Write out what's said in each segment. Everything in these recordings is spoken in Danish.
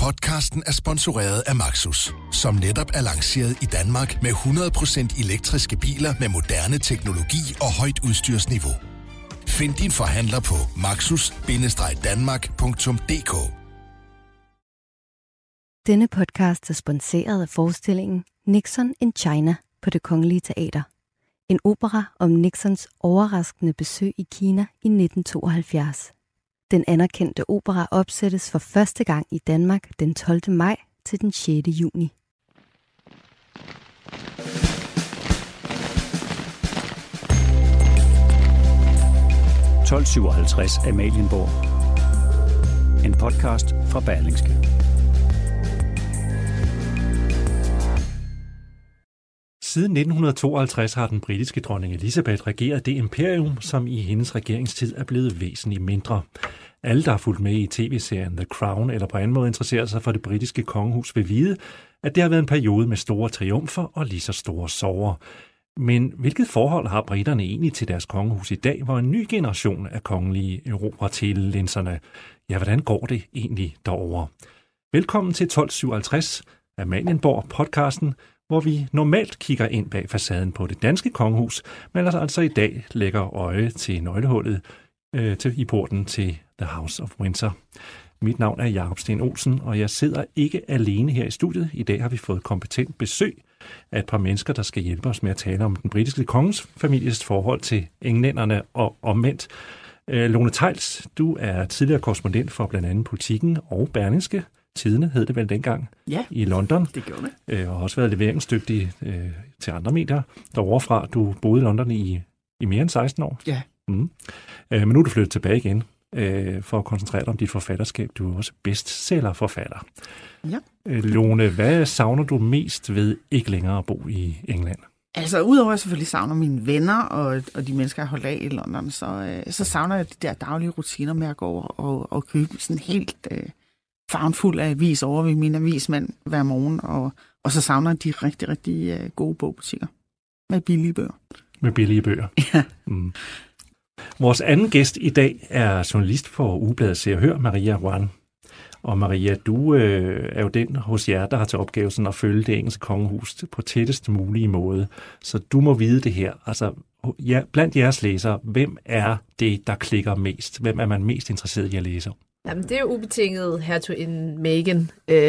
Podcasten er sponsoreret af Maxus, som netop er lanceret i Danmark med 100% elektriske biler med moderne teknologi og højt udstyrsniveau. Find din forhandler på maxus-danmark.dk. Denne podcast er sponsoreret af forestillingen Nixon in China på Det Kongelige Teater. En opera om Nixons overraskende besøg i Kina i 1972. Den anerkendte opera opsættes for første gang i Danmark den 12. maj til den 6. juni. (1257) Amalienborg. En podcast fra Berlingske. Siden 1952 har den britiske dronning Elizabeth regeret det imperium, som i hendes regeringstid er blevet væsentligt mindre. Alle, der har fulgt med i tv-serien The Crown eller på anden måde interesseret sig for det britiske kongehus, vil vide, at det har været en periode med store triumfer og lige så store sorger. Men hvilket forhold har briterne egentlig til deres kongehus i dag, hvor en ny generation af kongelige erobrer telelinserne? Ja, hvordan går det egentlig derovre? Velkommen til 1257 Amalienborg podcasten, hvor vi normalt kigger ind bag facaden på det danske kongehus, men altså i dag lægger øje til nøglehullet i porten til The House of Windsor. Mit navn er Jakob Sten Olsen, og jeg sidder ikke alene her i studiet. I dag har vi fået kompetent besøg af et par mennesker, der skal hjælpe os med at tale om den britiske kongens families forhold til englænderne og omvendt. Lone Theils, du er tidligere korrespondent for blandt andet Politiken og Berlingske Tidende, hed det vel dengang, i London. Det gjorde det. Og har også været leveringsdygtig til andre medier derovre fra. Du boede i London i mere end 16 år. Ja. Men nu er du flyttet tilbage igen for at koncentrere dig om dit forfatterskab. Du er også bestsellerforfatter. Ja. Lone, hvad savner du mest ved ikke længere at bo i England? Altså, udover at jeg selvfølgelig savner mine venner og de mennesker, jeg holder af i London, så savner jeg de der daglige rutiner med at gå over og købe sådan helt farvenfuld af avis over ved min avismand hver morgen, og så savner jeg de rigtig, rigtig gode bogbutikker med billige bøger. Med billige bøger? Ja. Vores anden gæst i dag er journalist på ugebladet Se og Hør, Maria Ruan. Og Maria, du er jo den hos jer, der har til opgave sådan at følge det engelske kongehus på tættest mulige måde. Så du må vide det her. Altså, blandt jeres læsere, hvem er det, der klikker mest? Hvem er man mest interesseret i at læse? Jamen, det er jo ubetinget hertuginde Meghan.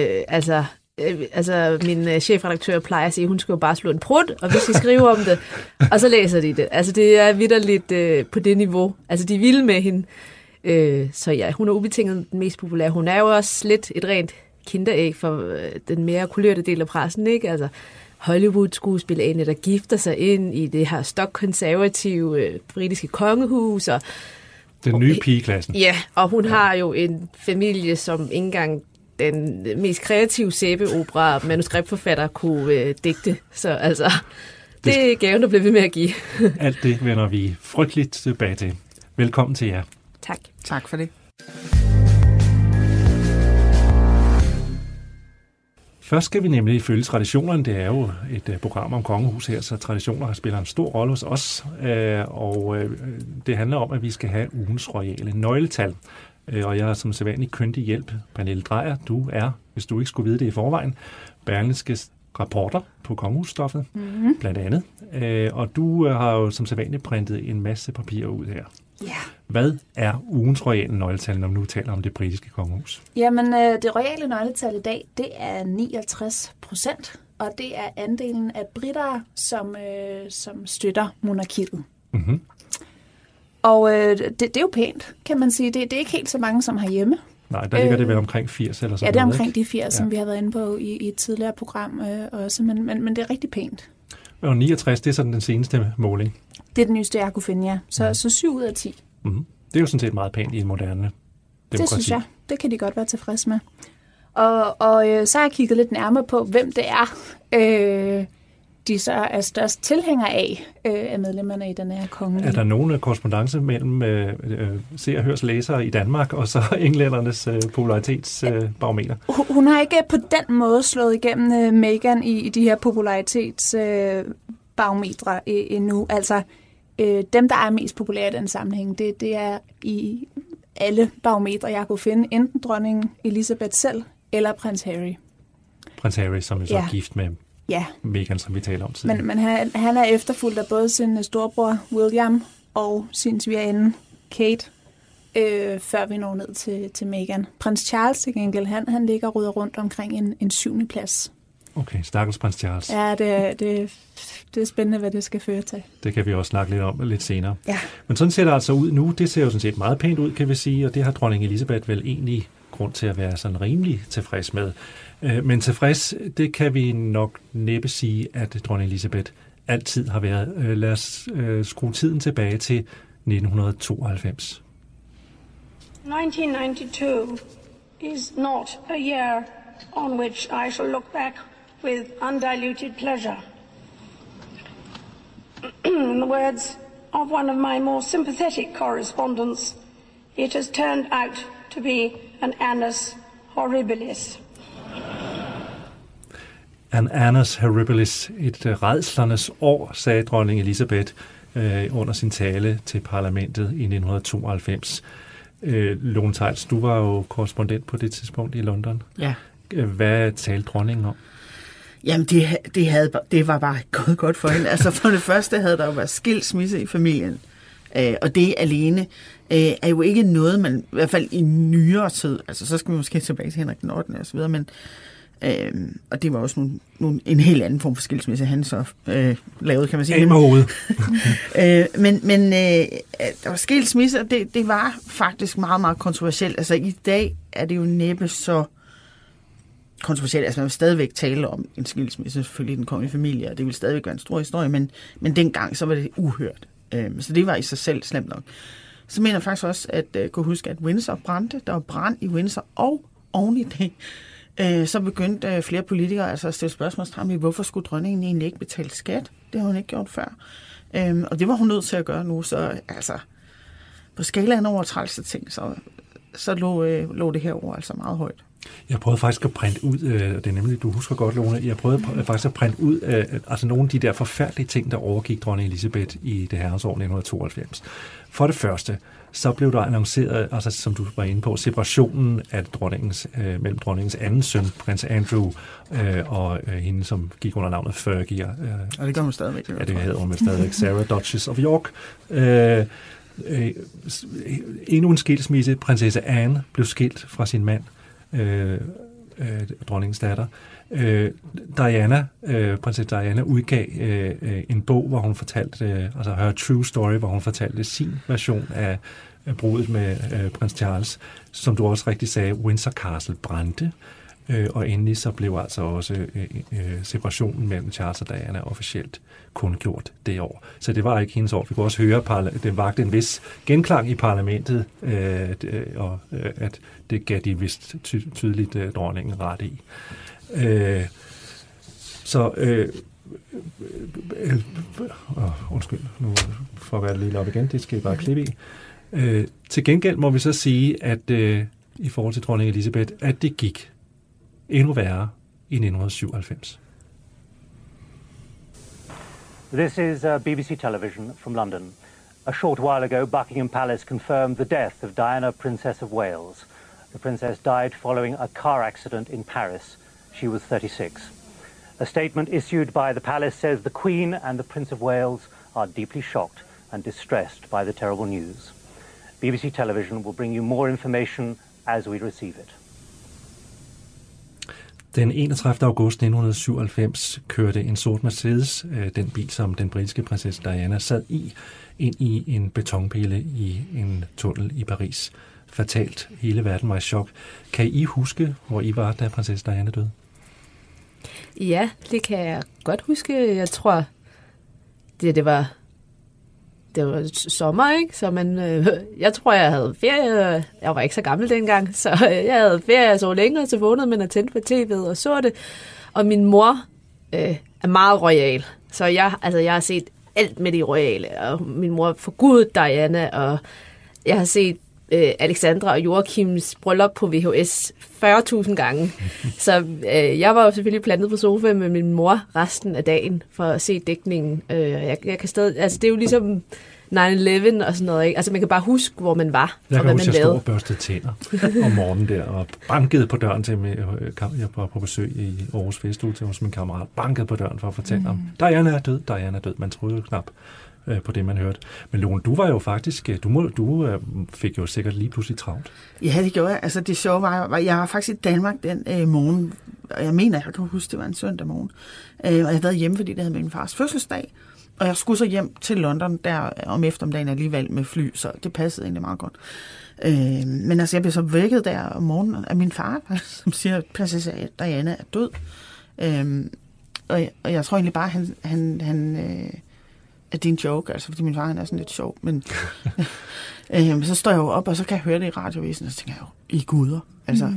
Min chefredaktør plejer at sige, at hun skal jo bare slå en prut, og vi skal skrive om det, og så læser de det. Altså, det er vitterligt på det niveau. Altså, de er vilde med hende. Så ja, hun er ubetinget den mest populære. Hun er jo også lidt et rent kinderæg for den mere kulørte del af pressen, ikke? Altså, Hollywood-skuespillerne, der gifter sig ind i det her stokkonservative britiske kongehus. Og den nye pigeklassen. Ja, og hun har jo en familie, som ikke engang den mest kreative sæbeopera-manuskriptforfatter kunne digte. Så altså, det er gaven, der bliver ved med at give. Alt det vender vi frygteligt tilbage til. Velkommen til jer. Tak. Tak for det. Først skal vi nemlig følge traditionerne. Det er jo et program om kongehus her, så traditioner spiller en stor rolle hos os. Og det handler om, at vi skal have ugens royale nøgletal. Og jeg er som sædvanlig kyndig hjælp. Pernille Drejer, du er, hvis du ikke skulle vide det i forvejen, Berlingskes rapporter på kongehusstoffet, blandt andet. Og du har jo som sædvanlig printet en masse papirer ud her. Ja. Hvad er ugens royale nøgletal, når vi nu taler om det britiske kongehus? Jamen, det royale nøgletal i dag, det er 69%, og det er andelen af britter, som støtter monarkiet. Mm-hmm. Og det er jo pænt, kan man sige. Det er ikke helt så mange som herhjemme. Nej, der ligger det vel omkring 80 eller sådan noget. Ja, det er omkring de 80, som vi har været inde på i et tidligere program også, men det er rigtig pænt. Og 69, det er sådan den seneste måling? Det er den nyeste, jeg kunne finde, ja. Så 7 ud af 10. Mm-hmm. Det er jo sådan set meget pænt i en moderne demokrati. Det synes jeg. Det kan de godt være tilfreds med. Og så har jeg kigget lidt nærmere på, hvem det er, de så er størst tilhængere af medlemmerne i den her kongelige. Er der nogen korrespondance mellem Se og Hørs læsere i Danmark og så englændernes popularitetsbarometer? Hun har ikke på den måde slået igennem Meghan i de her popularitetsbarometre endnu. Altså, dem, der er mest populære i den sammenhæng, det er i alle barometre, jeg kunne finde. Enten dronning Elizabeth selv, eller prins Harry. Prins Harry, som er så gift med Meghan, som vi taler om tidligere. Men han er efterfulgt af både sin storebror William og sin svigerinde Kate, før vi når ned til Meghan. Prins Charles til gengæld, han ligger og ruder rundt omkring en 7. plads. Okay, stakkels prins Charles. Ja, det er spændende, hvad det skal føre til. Det kan vi også snakke lidt om lidt senere. Ja. Men sådan ser det altså ud nu. Det ser jo sådan set meget pænt ud, kan vi sige, og det har dronning Elizabeth vel egentlig grund til at være sådan rimelig tilfreds med. Men tilfreds, det kan vi nok næppe sige, at dronning Elizabeth altid har været. Lad os skrue tiden tilbage til 1992. 1992 is not a year on which I shall look back with undiluted pleasure. In the words of one of my more sympathetic correspondents, it has turned out to be an annus horribilis. An annus horribilis, et rædslernes år, sagde dronning Elizabeth under sin tale til parlamentet i 1992. Lone Theils, du var jo korrespondent på det tidspunkt i London. Ja. Hvad talte dronningen om? Jamen, det var bare gået godt for hende. Altså, for det første havde der jo været skilsmisse i familien. Og det alene er jo ikke noget, man i hvert fald i nyere tid, altså så skal vi måske tilbage til Henrik den 8. og så videre, men og det var også en helt anden form for skilsmisse, han så lavede, kan man sige. Af med hovedet. men der var skilsmisse, og det var faktisk meget, meget kontroversielt. Altså i dag er det jo næppe så kontroversielt. Altså man vil stadigvæk tale om en skilsmisse, selvfølgelig i den kongelige familie, og det vil stadigvæk være en stor historie, men dengang så var det uhørt. Så det var i sig selv slemt nok. Så mener jeg faktisk også, at kunne huske, at Windsor brændte. Der var brand i Windsor, og oven i det, så begyndte flere politikere altså at stille spørgsmålstegn ved, hvorfor skulle dronningen egentlig ikke betale skat? Det har hun ikke gjort før. Og det var hun nødt til at gøre nu, så altså på skalaen over trælse ting, så lå det her ord altså meget højt. Jeg prøvede faktisk at printe ud, det er nemlig, du husker godt, Lone, jeg prøvede faktisk at printe ud altså nogle af de der forfærdelige ting, der overgik dronning Elizabeth i det herrens år 1992. For det første, så blev der annonceret, altså som du var inde på, separationen af mellem dronningens anden søn, prins Andrew, og hende, som gik under navnet Fergie. Og det gør hun stadigvæk. Ja, det hedder hun stadigvæk, Sarah Duchess of York. Endnu en skilsmisse, prinsesse Anne blev skilt fra sin mand, dronningens datter. Prinsesse Diana udgav en bog, hvor hun fortalte, altså Her True Story, hvor hun fortalte sin version af bruddet med prins Charles, som du også rigtig sagde, Windsor Castle brændte, og endelig så blev altså også separationen mellem Charles og Diana officielt kun gjort det år. Så det var ikke hendes år. Vi kunne også høre, det vagte en vis genklang i parlamentet, og at det gav de vist tydeligt dronningen ret i. Undskyld, nu får jeg lige op igen, det skal jeg bare klippe i. Til gengæld må vi så sige, at i forhold til dronning Elizabeth, at det gik endnu værre i 1997. This is BBC Television from London. A short while ago, Buckingham Palace confirmed the death of Diana, Princess of Wales. The princess died following a car accident in Paris. She was 36. A statement issued by the palace says the Queen and the Prince of Wales are deeply shocked and distressed by the terrible news. BBC Television will bring you more information as we receive it. Den 31. august 1997 kørte en sort Mercedes, den bil, som den britiske prinsesse Diana sad i, ind i en betonpille i en tunnel i Paris. Fatalt. Hele verden var i chok. Kan I huske, hvor I var, da prinsesse Diana døde? Ja, det kan jeg godt huske. Jeg tror, det var sommer, ikke? Så jeg tror, jeg havde ferie. Jeg var ikke så gammel dengang, så jeg havde ferie. Jeg så længere, så vågnede man og tændte på tv'et og så det. Og min mor er meget royal, så jeg har set alt med de royale. Og min mor forgudede Diana, og jeg har set Alexandra og Joachims bryllup på VHS 40.000 gange. Så jeg var jo selvfølgelig plantet på sofaen med min mor resten af dagen for at se dækningen. Jeg kan stadig, altså det er jo ligesom 9/11 og sådan noget, ikke? Altså man kan bare huske, hvor man var, jeg og hvad man lavede. Jeg stod og børstede tænder om morgenen der, og bankede på døren til mig. Jeg var på besøg i Aarhus Festuge til hos min kammerat. Bankede på døren for at fortælle om, Diana er død. Man troede jo knap på det, man hørte. Men Lone, du var jo faktisk, du fik jo sikkert lige pludselig travlt. Ja, det gjorde jeg. Altså det sjove var, jeg var faktisk i Danmark den morgen, og jeg mener, jeg kan huske, det var en søndag morgen. Og jeg havde været hjemme, fordi det havde min fars fødselsdag. Og jeg skulle så hjem til London der om eftermiddagen alligevel med fly, så det passede egentlig meget godt. Men altså, jeg blev så vækket der om morgenen af min far, som siger, at prinsesse Diana er død. Og jeg tror egentlig bare, han at det er en joke, altså, fordi min far han er sådan lidt sjov. Men så står jeg jo op, og så kan jeg høre det i radioavisen, og så tænker jeg jo, I guder. Altså,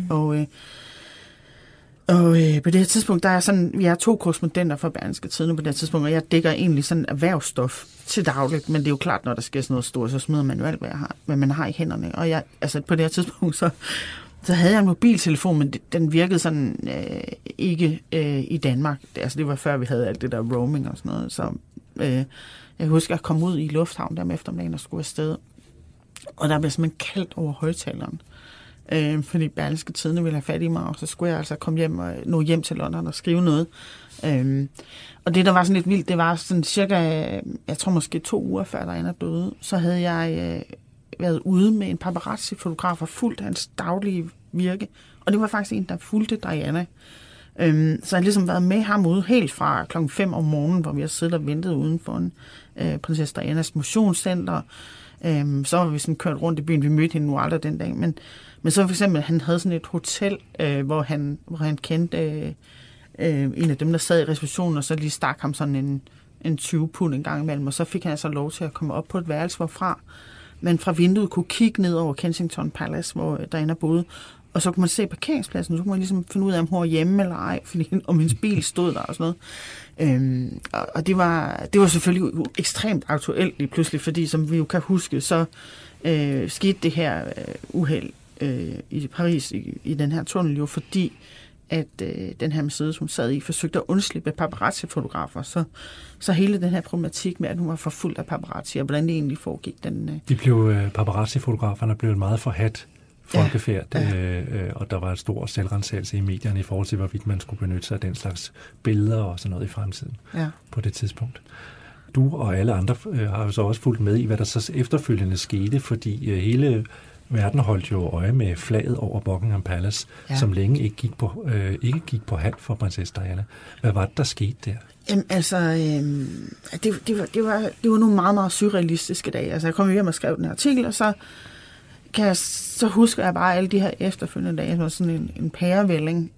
Og på det her tidspunkt, der er sådan, vi er 2 korrespondenter fra Berlingske Tidende på det her tidspunkt, og jeg dækker egentlig sådan erhvervsstof til dagligt, men det er jo klart, når der sker sådan noget stort, så smider man jo alt, hvad man har i hænderne. Og jeg, altså på det her tidspunkt, så havde jeg en mobiltelefon, men den virkede sådan ikke i Danmark. Det var før, vi havde alt det der roaming og sådan noget. Så jeg husker, at jeg kom ud i lufthavn der om eftermiddagen og skulle afsted, og der blev simpelthen kaldt over højtaleren. Fordi Berlingske Tidende ville have fat i mig, og så skulle jeg altså komme hjem og nå hjem til London og skrive noget. Og det, der var sådan lidt vildt, det var sådan cirka, jeg tror måske 2 uger før Diana døde, så havde jeg været ude med en paparazzi-fotograf og fulgt hans daglige virke. Og det var faktisk en, der fulgte Diana. Så jeg har ligesom været med ham ude helt fra 5:00 om morgenen, hvor vi har siddet og ventet uden for en prinsesse Dianas motionscenter. Så var vi sådan kørt rundt i byen. Vi mødte hende nu aldrig den dag, men så for eksempel, han havde sådan et hotel, hvor han kendte en af dem, der sad i receptionen, og så lige stak ham sådan en 20 pund en gang imellem, og så fik han altså lov til at komme op på et værelse, hvorfra man fra vinduet kunne kigge ned over Kensington Palace, hvor Diana boede, og så kunne man se parkeringspladsen, så kunne man ligesom finde ud af, om hun var hjemme eller ej, fordi om hendes bil stod der og sådan noget. Og det var selvfølgelig ekstremt aktuelt lige pludselig, fordi som vi jo kan huske, så skete det her uheld i Paris i den her tunnel jo, fordi at den her Mercedes, hun sad i, forsøgte at undslippe paparazzi-fotografer. Så hele den her problematik med, at hun var forfulgt af paparazzi, og hvordan det egentlig foregik. Paparazzi-fotograferne blev meget forhat folkefærd, og der var et stor selvrensagelse i medierne i forhold til, hvorvidt man skulle benytte sig af den slags billeder og sådan noget i fremtiden på det tidspunkt. Du og alle andre har jo så også fulgt med i, hvad der så efterfølgende skete, fordi hele verden holdt jo øje med flaget over Buckingham Palace, som længe ikke gik på halv for prinsesse Diana. Hvad var det, der skete der? Jamen, altså, det var nogle meget, meget surrealistiske dage. Altså, jeg kom hjem og skrev den her artikel, og så husker jeg bare alle de her efterfølgende dage, som sådan en pærevælling.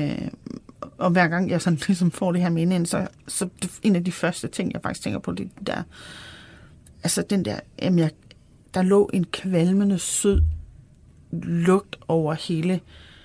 Og hver gang jeg sådan ligesom får det her minde ind, så en af de første ting, jeg faktisk tænker på, det der, altså den der, der lå en kvalmende sød lugt over hele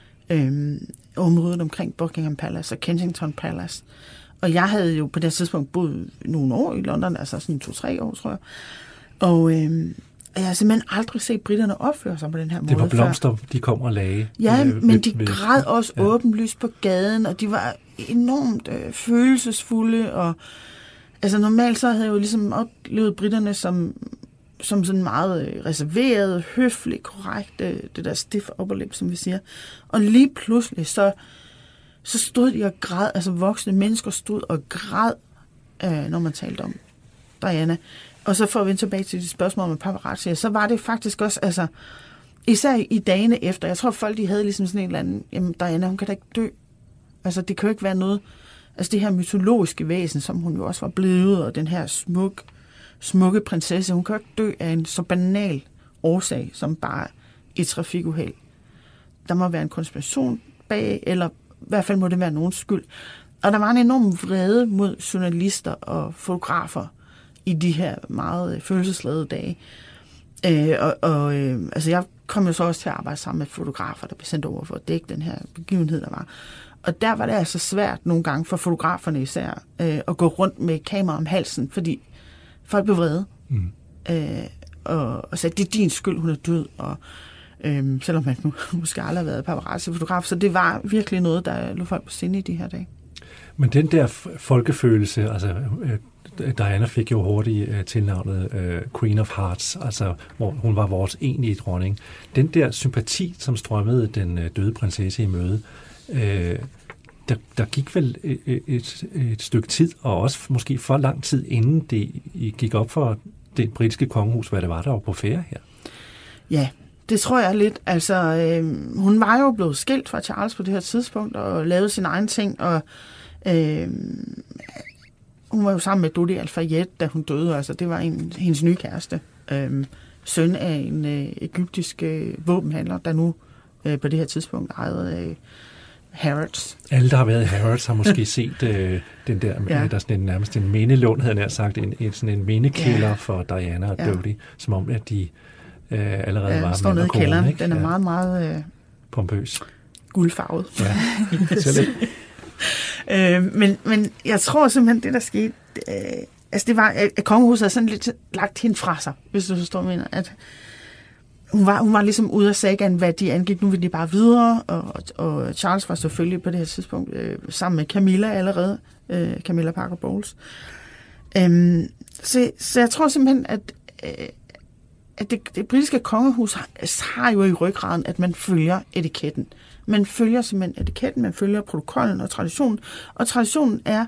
området omkring Buckingham Palace og Kensington Palace. Og jeg havde jo på det tidspunkt boet nogle år i London, altså sådan 2-3 år, tror jeg. Og jeg har simpelthen aldrig set briterne opføre sig på den her måde. Det var blomster, de kom og lagde. Ja, men de græd også åbenlyst på gaden, og de var enormt følelsesfulde. Og altså normalt så havde jeg jo ligesom oplevet briterne som sådan meget reserveret, høfligt, korrekt, det der stiff upper lip, som vi siger. Og lige pludselig, så stod de og græd, altså voksne mennesker stod og græd, når man talte om Diana. Og så for at vende tilbage til de spørgsmål med paparazzi, så var det faktisk også, altså, især i dagene efter, jeg tror folk, de havde ligesom sådan en eller anden, jamen Diana, hun kan da ikke dø. Altså, det kan jo ikke være noget, altså det her mytologiske væsen, som hun jo også var blevet, og den her smukke prinsesse, hun kan jo ikke dø af en så banal årsag, som bare et trafikuheld. Der må være en konspiration bag, eller i hvert fald må det være nogens skyld. Og der var en enorm vrede mod journalister og fotografer i de her meget følelsesladede dage. Altså jeg kom jo så også til at arbejde sammen med fotografer, der blev sendt over for at dække den her begivenhed, der var. Og der var det altså svært nogle gange for fotograferne især at gå rundt med kamera om halsen, fordi folk blev vrede. Og sagde, det er din skyld, hun er død. Og selvom man måske aldrig har været paparazzi-fotograf, så det var virkelig noget, der lå folk på sinde i de her dage. Men den der folkefølelse, altså Diana fik jo hurtigt tilnavnet Queen of Hearts, altså hvor hun var vores egentlige dronning. Den der sympati, som strømmede den døde prinsesse i møde, der gik vel et stykke tid, og også måske for lang tid, inden det gik op for det britiske kongehus, hvad det var, der var på færde her. Ja, det tror jeg lidt. Altså, hun var jo blevet skilt fra Charles på det her tidspunkt, og lavede sin egen ting, og hun var jo sammen med Dodi Al-Fayed, da hun døde. Altså, det var hendes nye kæreste. Søn af en egyptisk våbenhandler, der nu på det her tidspunkt ejede Harrods. Alle, der har været i Harrods, har måske set den der, der er sådan nærmest en mindelund, havde jeg nær sagt, sådan en mindekælder for Diana og Dodi, som om, at de allerede var står nede i kælderen. Ikke? Den er meget, meget pompøs. Guldfarvet. Ja, men jeg tror simpelthen, det der skete, altså det var, at kongehuset havde sådan lidt lagt hende fra sig, hvis du forstår, mener, at hun var ligesom ude af sagaen, hvad de angik. Nu ville de bare videre, og Charles var selvfølgelig på det her tidspunkt sammen med Camilla allerede, Camilla Parker Bowles. Så jeg tror simpelthen, at det britiske kongehus har jo i ryggraden, at man følger etiketten. Man følger simpelthen etiketten, man følger protokollen og traditionen. Og traditionen er,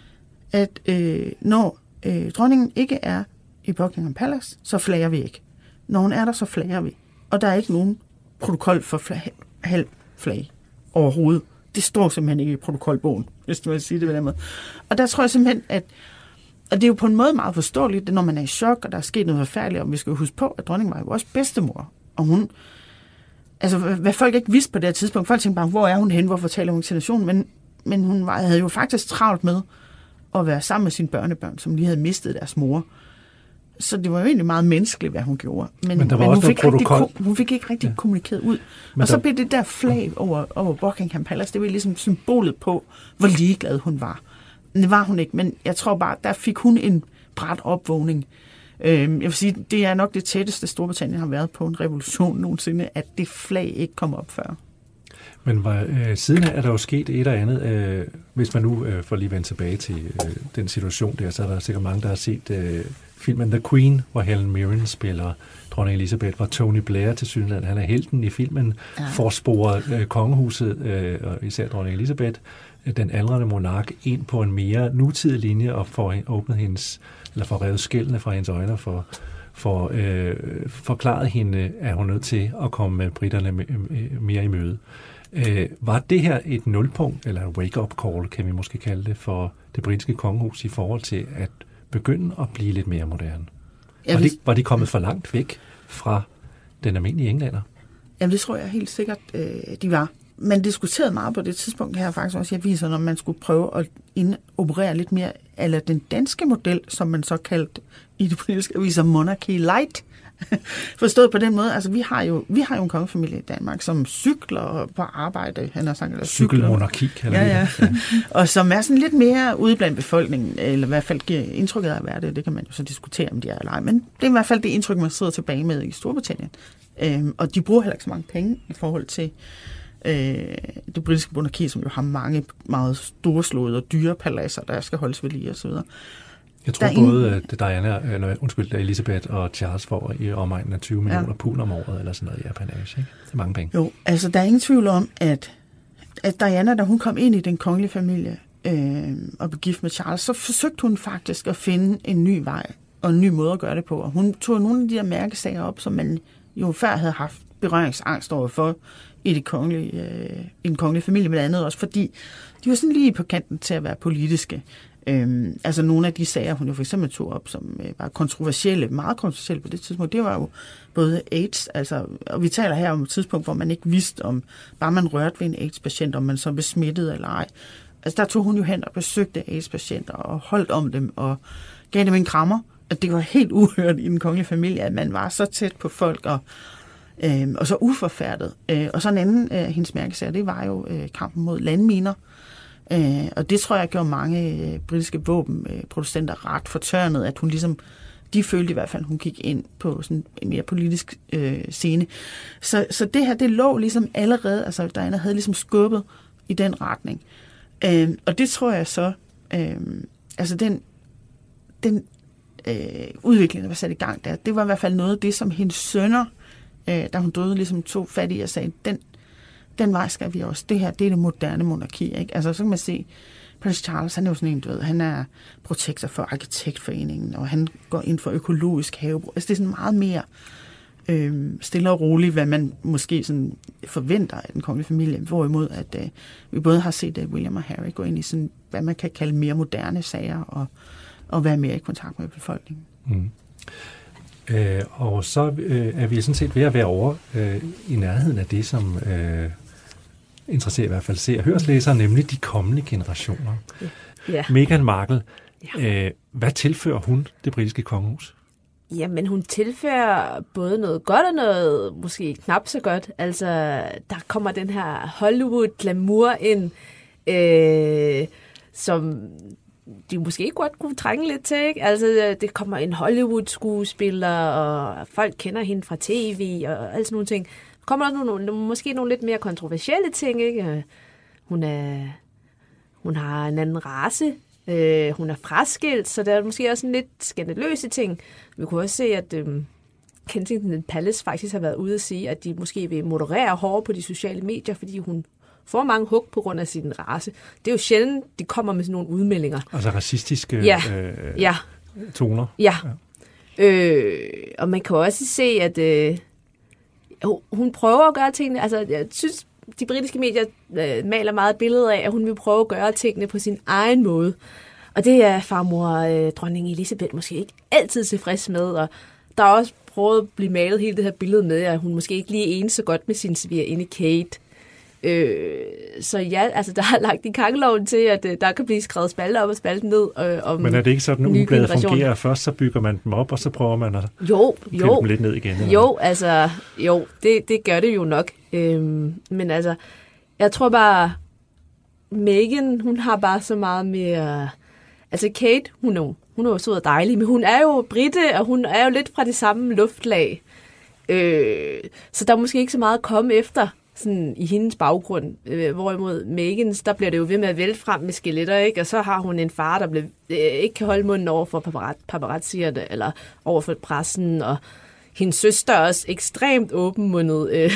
at når dronningen ikke er i Buckingham Palace, så flager vi ikke. Når hun er der, så flager vi. Og der er ikke nogen protokol for halv flag overhovedet. Det står simpelthen ikke i protokolbogen, hvis du vil sige det på den måde. Og der tror jeg simpelthen, og det er jo på en måde meget forståeligt, når man er i chok, og der er sket noget forfærdeligt, og vi skal jo huske på, at dronningen var jo også bedstemor. Og hun, altså hvad folk ikke vidste på det her tidspunkt, folk tænkte bare, hvor er hun henne, hvorfor taler hun til nationen, men hun havde jo faktisk travlt med at være sammen med sine børnebørn, som lige havde mistet deres mor. Så det var jo egentlig meget menneskeligt, hvad hun gjorde. Men hun fik ikke rigtig kommunikeret ud. Og så blev det der flag over Buckingham Palace, det var ligesom symbolet på, hvor ligeglad hun var. Det var hun ikke, men jeg tror bare, der fik hun en brat opvågning. Jeg vil sige, det er nok det tætteste, Storbritannien har været på en revolution nogensinde, at det flag ikke kom op før. Men siden er der jo sket et eller andet, hvis man nu får lige vendt tilbage til den situation der, så er der sikkert mange, der har set filmen The Queen, hvor Helen Mirren spiller dronning Elizabeth, hvor Tony Blair til synligheden, han er helten i filmen, forsporer kongehuset, og især dronning Elizabeth, den aldrende monark, ind på en mere nutidig linje, og får åbnet hendes, eller får revet skældene fra hendes øjne, for forklaret hende, at hun er nødt til at komme med britterne mere i møde. Var det her et nulpunkt, eller en wake-up call, kan vi måske kalde det, for det britiske kongehus i forhold til at begynde at blive lidt mere moderne? Var de kommet for langt væk fra den almindelige englænder? Jamen det tror jeg helt sikkert, de var. Man diskuterede meget på det tidspunkt her faktisk også i aviser, når man skulle prøve at operere lidt mere eller den danske model, som man så kaldte i de britiske aviser Monarchy Light. Forstået på den måde, altså vi har jo en kongefamilie i Danmark, som cykler på arbejde, han har sagt, eller cykelmonarki, ja. Og som er sådan lidt mere ude blandt befolkningen, eller i hvert fald giver indtrykket af at være det kan man jo så diskutere, om de er eller ej, men det er i hvert fald det indtryk, man sidder tilbage med i Storbritannien. Og de bruger heller ikke så mange penge i forhold til det britiske monarki, som jo har mange meget storslåede og dyre paladser, der skal holdes ved lige og så videre. Jeg tror både Elizabeth og Charles får i omegnen af 20 millioner pund om året, eller sådan noget i apanage, ikke? Det er mange penge. Jo, altså der er ingen tvivl om, at Diana, da hun kom ind i den kongelige familie og blev gift med Charles, så forsøgte hun faktisk at finde en ny vej og en ny måde at gøre det på. Og hun tog nogle af de der mærkesager op, som man jo før havde haft berøringsangst overfor i den kongelige familie, men andet også, fordi de var sådan lige på kanten til at være politiske. Altså nogle af de sager, hun jo for eksempel tog op, som var kontroversielle, meget kontroversielle på det tidspunkt, det var jo både AIDS, altså, og vi taler her om et tidspunkt, hvor man ikke vidste, om bare man rørte ved en AIDS-patient, om man så blev smittet eller ej. Altså der tog hun jo hen og besøgte AIDS-patienter og holdt om dem og gav dem en krammer. At det var helt uhørt i den kongelige familie, at man var så tæt på folk og så uforfærdet. Og så en anden af hendes mærkesager, det var jo kampen mod landminer. Og det tror jeg gjorde mange britiske våbenproducenter ret fortørnet, at hun ligesom, de følte i hvert fald, at hun gik ind på sådan en mere politisk scene. Så det her, det lå ligesom allerede, altså Diana havde ligesom skubbet i den retning. Og det tror jeg så, altså den udvikling, der var sat i gang der, det var i hvert fald noget af det, som hendes sønner, da hun døde, ligesom tog fat i og sagde, den vej skal vi også. Det her, det er det moderne monarki, ikke? Altså, så kan man se, Prins Charles, han er jo sådan en, du ved, han er protektor for Arkitektforeningen, og han går ind for økologisk havebrug. Altså, det er sådan meget mere stille og roligt, hvad man måske sådan forventer af den kongelige familie, hvorimod at vi både har set William og Harry gå ind i sådan, hvad man kan kalde mere moderne sager, og være mere i kontakt med befolkningen. Mm. Og så er vi sådan set ved at være over i nærheden af det, som interesserer i hvert fald se- og hørslæsere, nemlig de kommende generationer. Ja. Meghan Markle, hvad tilfører hun det britiske kongehus? Jamen, hun tilfører både noget godt og noget måske knap så godt. Altså, der kommer den her Hollywood-glamour ind, som de måske godt kunne trænge lidt til, ikke? Altså, det kommer en Hollywood-skuespiller, og folk kender hende fra tv, og alt sådan nogle ting. Der kommer også måske nogle lidt mere kontroversielle ting, ikke? Hun har en anden race, hun er fraskilt, så der er måske også en lidt skandaløse ting. Vi kunne også se, at Kensington Palace faktisk har været ude at sige, at de måske vil moderere hårdere på de sociale medier, fordi hun får mange hug på grund af sin race. Det er jo sjældent, de kommer med sådan nogle udmeldinger. Altså racistiske toner. Ja. Og man kan også se, at hun prøver at gøre tingene. Altså, jeg synes, de britiske medier maler meget billeder af, at hun vil prøve at gøre tingene på sin egen måde. Og det er farmor dronning Elizabeth måske ikke altid tilfreds med. Og der er også prøvet at blive malet hele det her billede med, at hun måske ikke lige er enig så godt med sin svigerinde Kate. Så ja, altså der er lagt i kakkeloven til, at der kan blive skrevet spalter op og spalter ned. Men er det ikke sådan, at ugebladet fungerer? Først så bygger man dem op, og så prøver man at pille dem lidt ned igen? Eller? Det gør det jo nok. Men altså, jeg tror bare, Meghan, hun har bare så meget mere. Altså Kate, hun er jo sød og dejlig, men hun er jo brite, og hun er jo lidt fra det samme luftlag. Så der er måske ikke så meget at komme efter sådan i hendes baggrund. Hvorimod Meghans, der bliver det jo ved med at vælte frem med skeletter, ikke? Og så har hun en far, der ikke kan holde munden over for paparazzierne, eller over for pressen, og hendes søster er også ekstremt åbenmundet.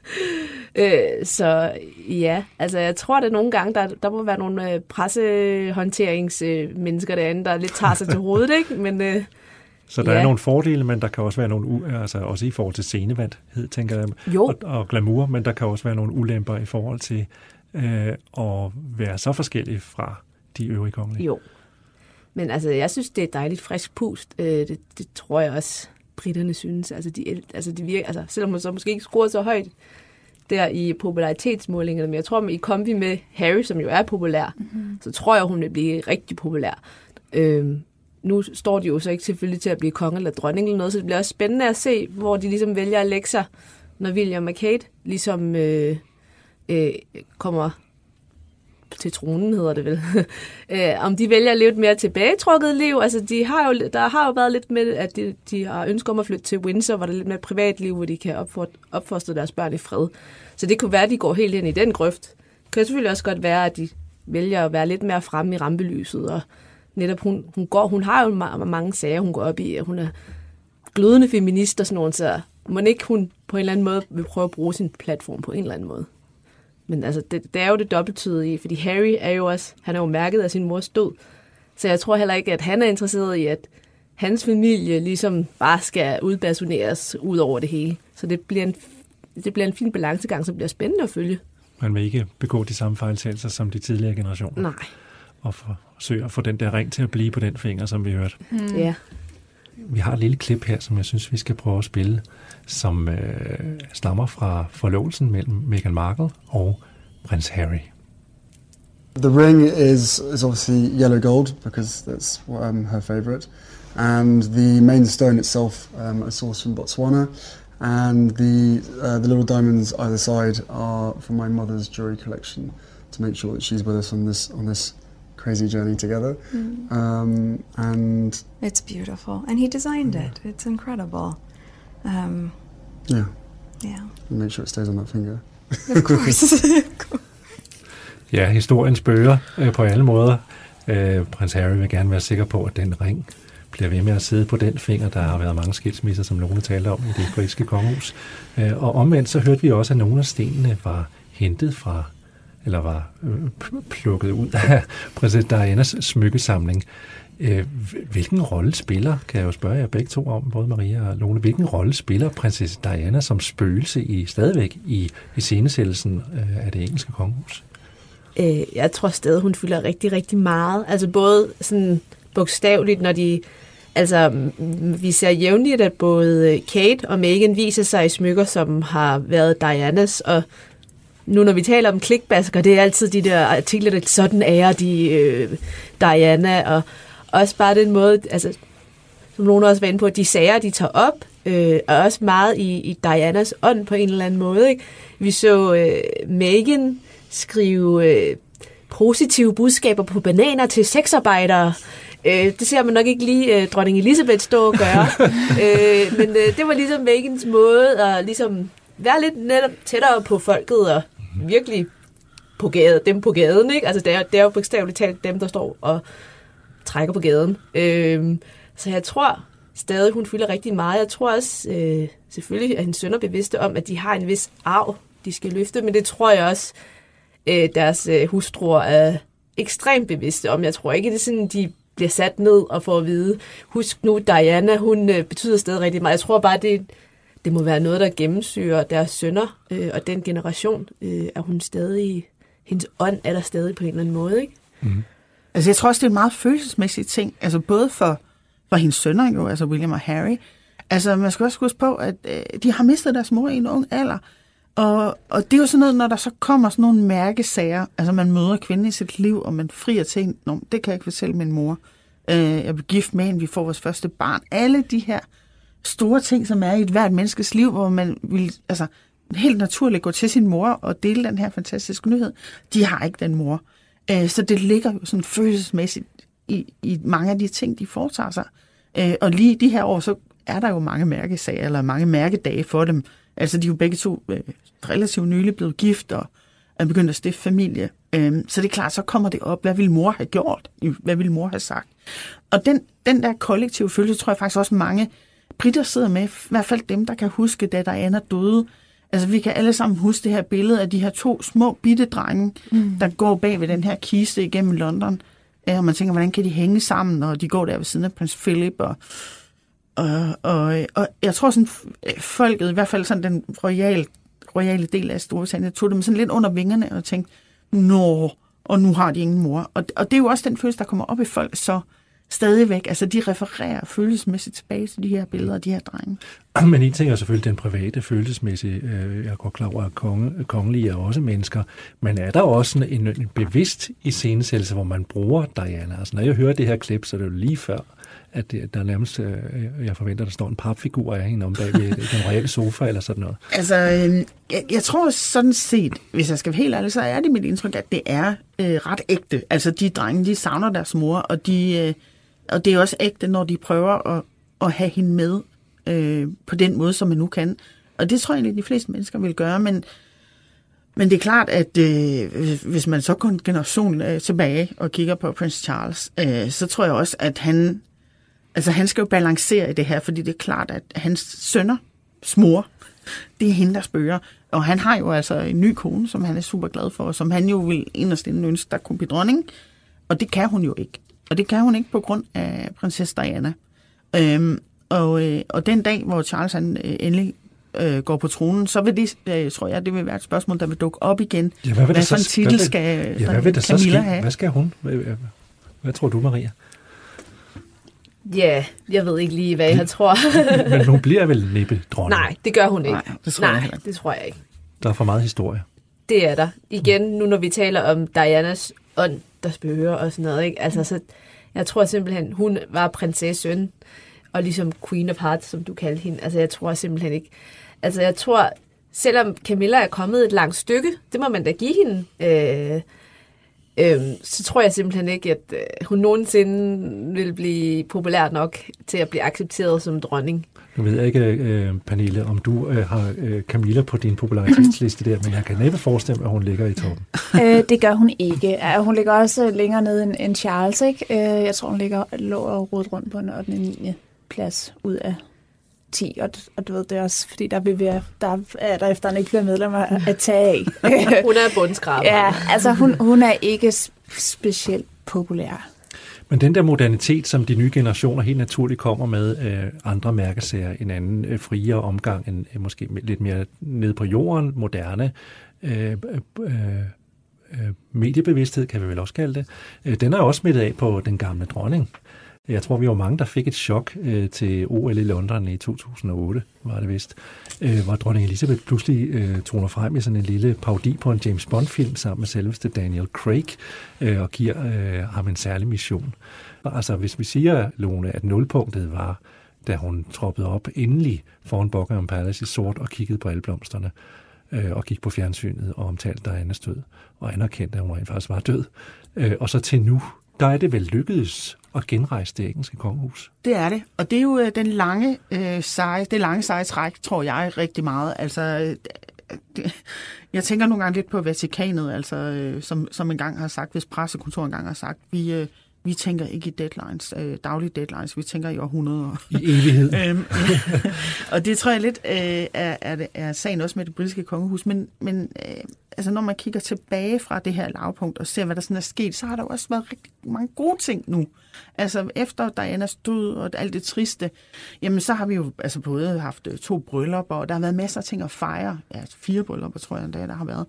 Så ja, altså jeg tror, at nogle gange, der må være nogle pressehåndteringsmennesker derinde, der lidt tager sig til hovedet, ikke? Men så der er nogle fordele, men der kan også være nogle, altså også i forhold til scenevandhed, tænker jeg, og glamour, men der kan også være nogle ulemper i forhold til at være så forskellige fra de øvrige kongelige. Jo, men altså jeg synes, det er dejligt frisk pust. Det tror jeg også, britterne synes. Altså de virker, altså selvom man så måske ikke scorer så højt der i popularitetsmålingerne, men jeg tror, at i kombi med Harry, som jo er populær, så tror jeg, hun vil blive rigtig populær. Nu står de jo så ikke selvfølgelig til at blive konge eller dronning eller noget, så det bliver også spændende at se, hvor de ligesom vælger at lægge sig, når William og Kate ligesom kommer til tronen, hedder det vel. Om de vælger at leve et mere tilbagetrukket liv. Altså, der har jo været lidt med, at de har ønsket om at flytte til Windsor, hvor der er lidt mere privatliv, hvor de kan opfostre deres børn i fred. Så det kunne være, at de går helt ind i den grøft. Det kan selvfølgelig også godt være, at de vælger at være lidt mere fremme i rampelyset, og netop hun har jo mange sager, hun går op i, hun er glødende feminist og sådan noget, så må ikke hun på en eller anden måde vil prøve at bruge sin platform på en eller anden måde. Men altså, det er jo det dobbelttydige, fordi Harry er jo mærket af sin mors død, så jeg tror heller ikke, at han er interesseret i, at hans familie ligesom bare skal udbasuneres ud over det hele. Så det bliver en fin balancegang, som bliver spændende at følge. Man vil ikke begå de samme fejltagelser som de tidligere generationer. Nej. Og forsøge at få den der ring til at blive på den finger, som vi hørte. Ja. Vi har et lille klip her, som jeg synes, vi skal prøve at spille, som stammer fra forlovelsen mellem Meghan Markle og prins Harry. The ring is obviously yellow gold, because that's her favourite. And the main stone itself, a source from Botswana. And the little diamonds either side are from my mother's jewelry collection, to make sure that she's with us on this crazy journey together. And it's beautiful, and he designed it. It's incredible. Yeah. And make sure it stays on that finger. Of course. Ja, historien spørger på alle måder. Prins Harry vil gerne være sikker på, at den ring bliver ved med at sidde på den finger. Der har været mange skilsmisser, som Lone talte om i det britiske kongehus. Og omvendt så hørte vi også, at nogle af stenene var hentet fra, eller var plukket ud af prinsesse Dianas smykkesamling. Hvilken rolle spiller, kan jeg jo spørge jer begge to om, både Maria og Lone, hvilken rolle spiller prinsesse Diana som spøgelse stadigvæk i iscenesættelsen af det engelske kongehus? Jeg tror stadig, hun fylder rigtig, rigtig meget. Altså både sådan bogstaveligt, når vi ser jævnligt, at både Kate og Meghan viser sig i smykker, som har været Dianas, og nu når vi taler om klikbasker, det er altid de der artikler, der sådan ærer de Diana, og også bare den måde, altså, som nogen også var inde på, at de sager, de tager op, er også meget i Dianas ånd på en eller anden måde. Ikke? Vi så Meghan skrive positive budskaber på bananer til sexarbejdere. Det ser man nok ikke lige dronning Elizabeth stå og gøre. Men det var ligesom Meghans måde at ligesom være lidt netop tættere på folket og virkelig dem på gaden. Ikke? Altså, det er jo bogstaveligt talt dem, der står og trækker på gaden. Så jeg tror stadig, hun fylder rigtig meget. Jeg tror også, selvfølgelig er hendes sønner bevidste om, at de har en vis arv, de skal løfte, men det tror jeg også, deres hustruer er ekstremt bevidste om. Jeg tror ikke, det er sådan, de bliver sat ned og får at vide, husk nu, Diana, hun betyder stadig rigtig meget. Jeg tror bare, det må være noget, der gennemsyrer deres sønner, og den generation er hun stadig, hendes ånd er der stadig på en eller anden måde, ikke? Mm. Altså, jeg tror også, det er en meget følelsesmæssig ting, altså både for hendes sønner, jo, altså William og Harry. Altså, man skal også huske på, at de har mistet deres mor i en ung alder, og det er jo sådan noget, når der så kommer sådan nogle mærkesager, altså man møder kvinden i sit liv, og man frier til hende, det kan jeg ikke fortælle min mor. Jeg blev gift med hende, vi får vores første barn. Alle de her store ting, som er i et hvert menneskes liv, hvor man vil altså helt naturligt gå til sin mor og dele den her fantastiske nyhed, de har ikke den mor. Så det ligger jo sådan følelsesmæssigt i mange af de ting, de foretager sig. Og lige de her år, så er der jo mange mærkesager, eller mange mærkedage for dem. Altså, de er jo begge to relativt nylig blevet gift, og er begyndt at stifte familie. Så det er klart, så kommer det op, hvad ville mor have gjort? Hvad ville mor have sagt? Og den der kollektive følelse, tror jeg faktisk også mange briter sidder med, i hvert fald dem, der kan huske, da Diana døde. Altså, vi kan alle sammen huske det her billede af de her to små bitte drenge, der går bag ved den her kiste igennem London. Og man tænker, hvordan kan de hænge sammen, og de går der ved siden af prins Philip, og jeg tror sådan, folket, i hvert fald sådan den royale del af Storbritannien, tog dem sådan lidt under vingerne og tænkte, og nu har de ingen mor. Og det er jo også den følelse, der kommer op i folk, så stadigvæk, altså de refererer følelsesmæssigt tilbage til de her billeder af de her drenge. Men en ting er selvfølgelig den private følelsesmæssige. Jeg er godt klar over, at kongelige er også mennesker, men er der også en bevidst iscenesættelse, hvor man bruger Diana? Altså når jeg hører det her klip, så er det jo lige før, at der nærmest, jeg forventer, der står en papfigur af hende om bag ved den reelle sofa eller sådan noget. Altså, jeg tror sådan set, hvis jeg skal være helt ærlig, så er det mit indtryk, at det er ret ægte. Altså, de drenge, de savner deres mor, og det er også ægte, når de prøver at have hende med på den måde, som man nu kan. Og det tror jeg egentlig, de fleste mennesker vil gøre, men det er klart, at hvis man så går en generation tilbage og kigger på Prins Charles, så tror jeg også, at han skal jo balancere i det her, fordi det er klart, at hans sønner, mor, det er hende, der spørger. Og han har jo altså en ny kone, som han er super glad for, og som han jo vil inderst inden ønske, der kunne blive dronning. Og det kan hun jo ikke. Og det kan hun ikke på grund af prinsesse Diana. Og den dag, hvor Charles han endelig går på tronen, så vil det, tror jeg, det vil være et spørgsmål, der vil dukke op igen. Ja, hvad for en titel skal Camilla have? Hvad skal hun? Hvad tror du, Maria? Ja, jeg ved ikke lige, hvad jeg tror. Men hun bliver vel næppe dronning? Nej, det gør hun ikke. Nej, det tror jeg ikke. Der er for meget historie. Det er der. Igen, nu når vi taler om Dianas ånd, der spørger og sådan noget, ikke? Altså, så jeg tror simpelthen, hun var prinsessøn, og ligesom Queen of Hearts, som du kaldte hende. Altså, jeg tror simpelthen ikke. Altså, jeg tror, selvom Camilla er kommet et langt stykke, det må man da give hende. så tror jeg simpelthen ikke, at hun nogensinde vil blive populær nok til at blive accepteret som dronning. Nu ved jeg ikke, Pernille, om du har Camilla på din popularitetsliste der, men jeg kan næppe forestille mig, at hun ligger i toppen. Det gør hun ikke. Hun ligger også længere nede end Charles, ikke? Jeg tror, hun lå og rodet rundt på en 8. og 9. plads ud af 10, og du ved, det er også, fordi der er efter han ikke bliver medlemmer at tage af. Hun er bundskraber. Ja, altså hun er ikke specielt populær. Men den der modernitet, som de nye generationer helt naturligt kommer med, andre mærkesager, en anden friere omgang, en måske lidt mere nede på jorden, moderne mediebevidsthed, kan vi vel også kalde det, den er også smittet af på den gamle dronning. Jeg tror, vi var mange, der fik et chok til OL i London i 2008, var det vist, hvor dronning Elizabeth pludselig toner frem i sådan en lille parodi på en James Bond-film sammen med selveste Daniel Craig og giver ham en særlig mission. Altså, hvis vi siger, Lone, at nulpunktet var, da hun troppede op endelig foran Buckingham Palace i sort og kiggede på alle blomsterne og gik på fjernsynet og omtalte Dianas død og anerkendte, at hun rent faktisk var død. Og så til nu, der er det vel lykkedes at genrejse det engelske kongehus. Det er det, og det er jo den lange seje træk, tror jeg rigtig meget. Altså, jeg tænker nogle gange lidt på Vatikanet, altså, som engang har sagt, hvis pressekontoret engang har sagt, vi tænker ikke i deadlines, daglige deadlines, vi tænker i århundreder. I evighed. Og det tror jeg lidt er sagen også med det britiske kongehus, men altså, når man kigger tilbage fra det her lavpunkt og ser, hvad der sådan er sket, så har der jo også været rigtig mange gode ting nu. Altså efter Dianas død og alt det triste, jamen så har vi jo altså både haft 2 bryllupper, og der har været masser af ting at fejre. Ja, 4 bryllupper, tror jeg, der har været.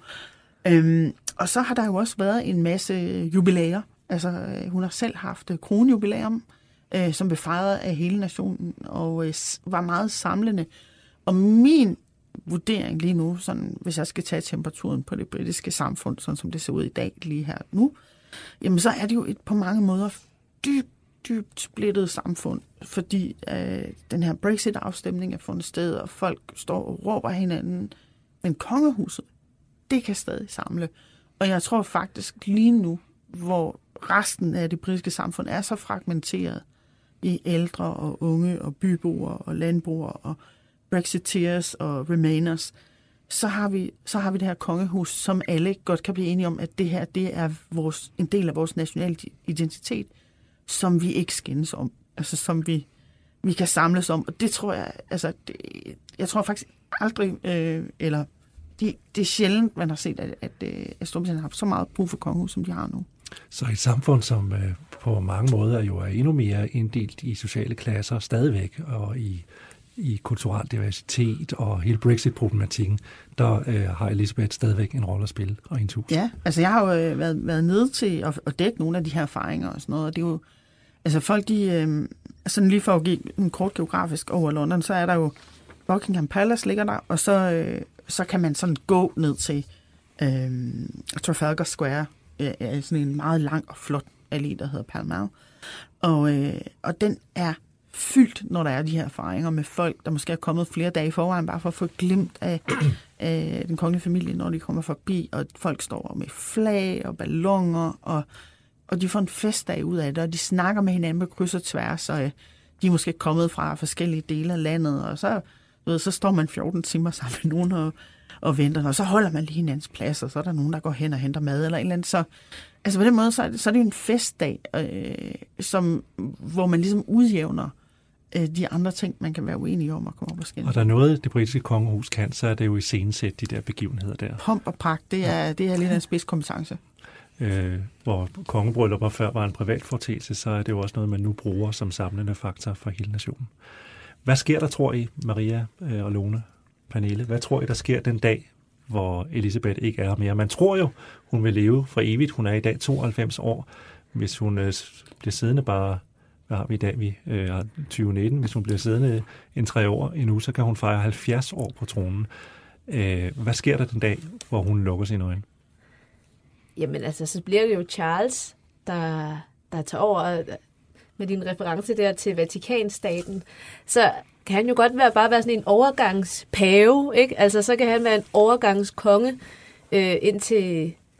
Og så har der jo også været en masse jubilæer. Altså, hun har selv haft kronjubilæum, som blev fejret af hele nationen, og var meget samlende. Og min vurdering lige nu, sådan, hvis jeg skal tage temperaturen på det britiske samfund, sådan som det ser ud i dag lige her nu, jamen så er det jo et på mange måder dybt splittet samfund, fordi den her Brexit-afstemning er fundet sted, og folk står og råber hinanden. Men kongehuset, det kan stadig samle. Og jeg tror faktisk lige nu, hvor resten af det britiske samfund er så fragmenteret i ældre og unge og byboere og landboere og Brexiteers og Remainers, så har vi det her kongehus, som alle godt kan blive enige om, at det her, det er en del af vores nationale identitet, som vi ikke skændes om, altså som vi kan samles om. Og det tror jeg, altså, jeg tror faktisk aldrig, eller det er sjældent, man har set, at Storbritannien har haft så meget brug for kongehus, som de har nu. Så et samfund, som på mange måder jo er endnu mere inddelt i sociale klasser stadigvæk, og i kulturel diversitet og hele Brexit-problematikken, der har Elizabeth stadigvæk en rolle at spille og en tus. Ja, altså jeg har jo været nede til at dække nogle af de her erfaringer og sådan noget, og det er jo, altså folk de, sådan lige for at give en kort geografisk over London, så er der jo Buckingham Palace ligger der, og så kan man sådan gå ned til Trafalgar Square, sådan en meget lang og flot allé, der hedder Pall Mall. Og den er fyldt, når der er de her erfaringer med folk, der måske er kommet flere dage i forvejen, bare for at få glimt af den kongelige familie, når de kommer forbi, og folk står med flag og balloner, og de får en festdag ud af det, og de snakker med hinanden på kryds og tværs, og de er måske kommet fra forskellige dele af landet, og så står man 14 timer sammen med nogen og venter, og så holder man lige hinandens plads, og så er der nogen, der går hen og henter mad, eller et eller andet. Så altså på den måde, så er det jo en festdag, hvor man ligesom udjævner de andre ting, man kan være uenige om at komme op og skændes. Og der er noget, det britiske kongehus kan, så er det jo iscenesæt de der begivenheder der. Pomp og pragt, det er lidt af en spidskompetence. Hvor kongebryllupper før var en privat foretagelse, så er det jo også noget, man nu bruger som samlende faktor for hele nationen. Hvad sker der, tror I, Maria og Lone, Pernille? Hvad tror I, der sker den dag, hvor Elizabeth ikke er mere? Man tror jo, hun vil leve for evigt. Hun er i dag 92 år. Hvis hun bliver siddende bare, hvad har vi i dag? Vi har 2019. Hvis hun bliver siddende en 3 år endnu, så kan hun fejre 70 år på tronen. Hvad sker der den dag, hvor hun lukker sine øjne? Jamen altså, så bliver det jo Charles, der tager over med din reference der til Vatikanstaten. Så kan han jo godt bare være sådan en overgangspave, ikke? Altså, så kan han være en overgangskonge indtil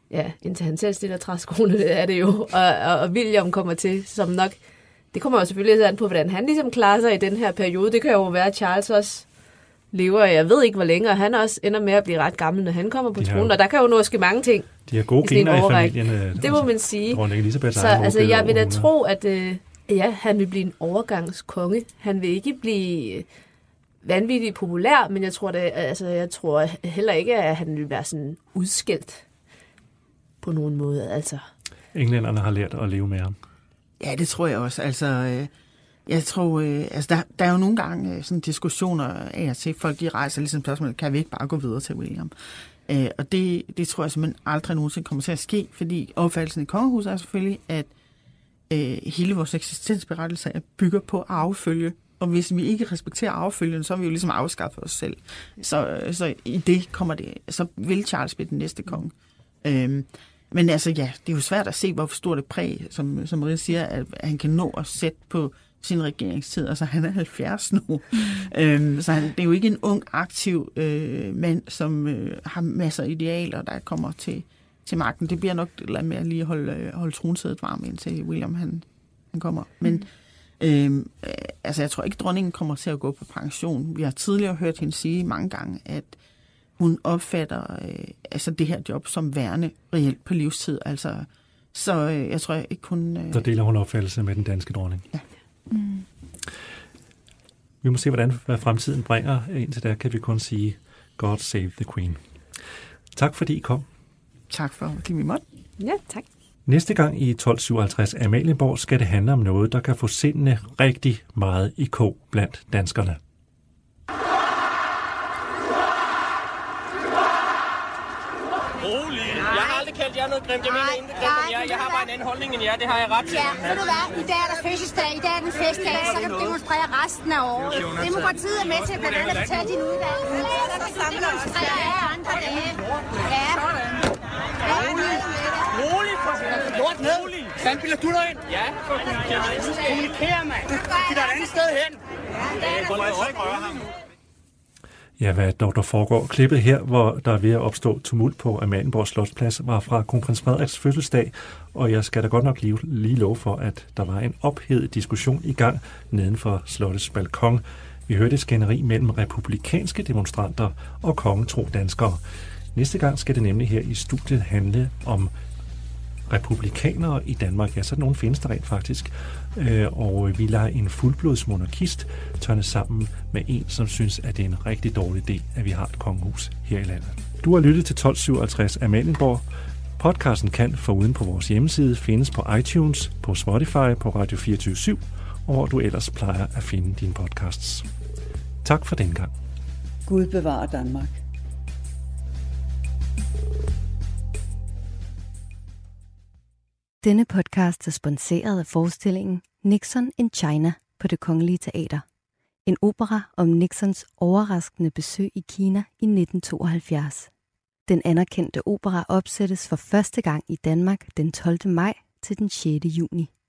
Ja, indtil han selv stiller træskoene, er det jo. Og William kommer til, som nok... Det kommer jo selvfølgelig an på, hvordan han ligesom klarer sig i den her periode. Det kan jo være, at Charles også lever, jeg ved ikke hvor længe, og han også ender med at blive ret gammel, når han kommer på tronen. Og der kan jo nå at ske mange ting. De har gode gener i familien. Det må man sige. Så altså, jeg vil da tro, at han vil blive en overgangskonge. Han vil ikke blive vanvittigt populær, men jeg tror heller ikke, at han vil være sådan udskilt på nogen måde. Altså. Englænderne har lært at leve med ham. Ja, det tror jeg også. Altså, jeg tror, der er jo nogle gange sådan diskussioner af at se, folk de rejser ligesom spørgsmålet, kan vi ikke bare gå videre til William? Og det tror jeg simpelthen aldrig nogensinde kommer til at ske, fordi opfattelsen i kongehuset er selvfølgelig, at hele vores eksistensberettelse bygger på arvefølge. Og hvis vi ikke respekterer arvefølgen, så er vi jo ligesom afskaffet os selv. Så i det kommer det, så vil Charles blive den næste konge. Men altså det er jo svært at se, hvor stort et præg, som Maria siger, at han kan nå at sætte på sin regeringstid. Altså han er 70 nu. Så det er jo ikke en ung, aktiv mand, som har masser af idealer, der kommer til magten. Det bliver nok med at lige holde tronsædet varm, indtil William han kommer. Men jeg tror ikke, dronningen kommer til at gå på pension. Vi har tidligere hørt hende sige mange gange, at hun opfatter det her job som værende reelt på livstid. Altså, så jeg tror ikke, hun... Der deler hun opfattelse med den danske dronning. Ja. Vi må se, hvad fremtiden bringer. Indtil da kan vi kun sige, God save the Queen. Tak fordi I kom. Tak for at give mig måtte. Ja, tak. Næste gang i 1257 Amalienborg skal det handle om noget, der kan få sindene rigtig meget i kog blandt danskerne. Jeg har aldrig kaldt jer noget grimt. Jeg mener intet grimt om jer. Jeg har bare en anden holdning end jer. Det har jeg ret til. Ja, ved du hvad? I dag er der fødselsdag. I dag er den festdag. Så kan du demonstrere resten af året. Demokratiet er med til blandt andet at betale din uddannelse. Så kan du demonstrere alle andre dage. Ja. Rolig, lort ned. Hvordan bilder du dig ind? Ja. Kommunikere, mand. Giv dig et andet sted hen. Ja, hvad der foregår? Klippet her, hvor der er ved at opstå tumult på Amalienborg Slotsplads, var fra kronprins Frederiks fødselsdag, og jeg skal da godt nok lige love for, at der var en ophedet diskussion i gang neden for slottets balkon. Vi hørte et skænderi mellem republikanske demonstranter og kongetro danskere. Næste gang skal det nemlig her i studiet handle om republikanere i Danmark. Ja, sådan nogen findes der rent faktisk. Og vi lader en fuldblods monarkist tørne sammen med en, som synes, at det er en rigtig dårlig idé, at vi har et kongehus her i landet. Du har lyttet til 1257 Amalienborg. Podcasten kan foruden på vores hjemmeside findes på iTunes, på Spotify, på Radio 24/7, og hvor du ellers plejer at finde dine podcasts. Tak for den gang. Gud bevarer Danmark. Denne podcast er sponsoreret af forestillingen Nixon in China på Det Kongelige Teater. En opera om Nixons overraskende besøg i Kina i 1972. Den anerkendte opera opsættes for første gang i Danmark den 12. maj til den 6. juni.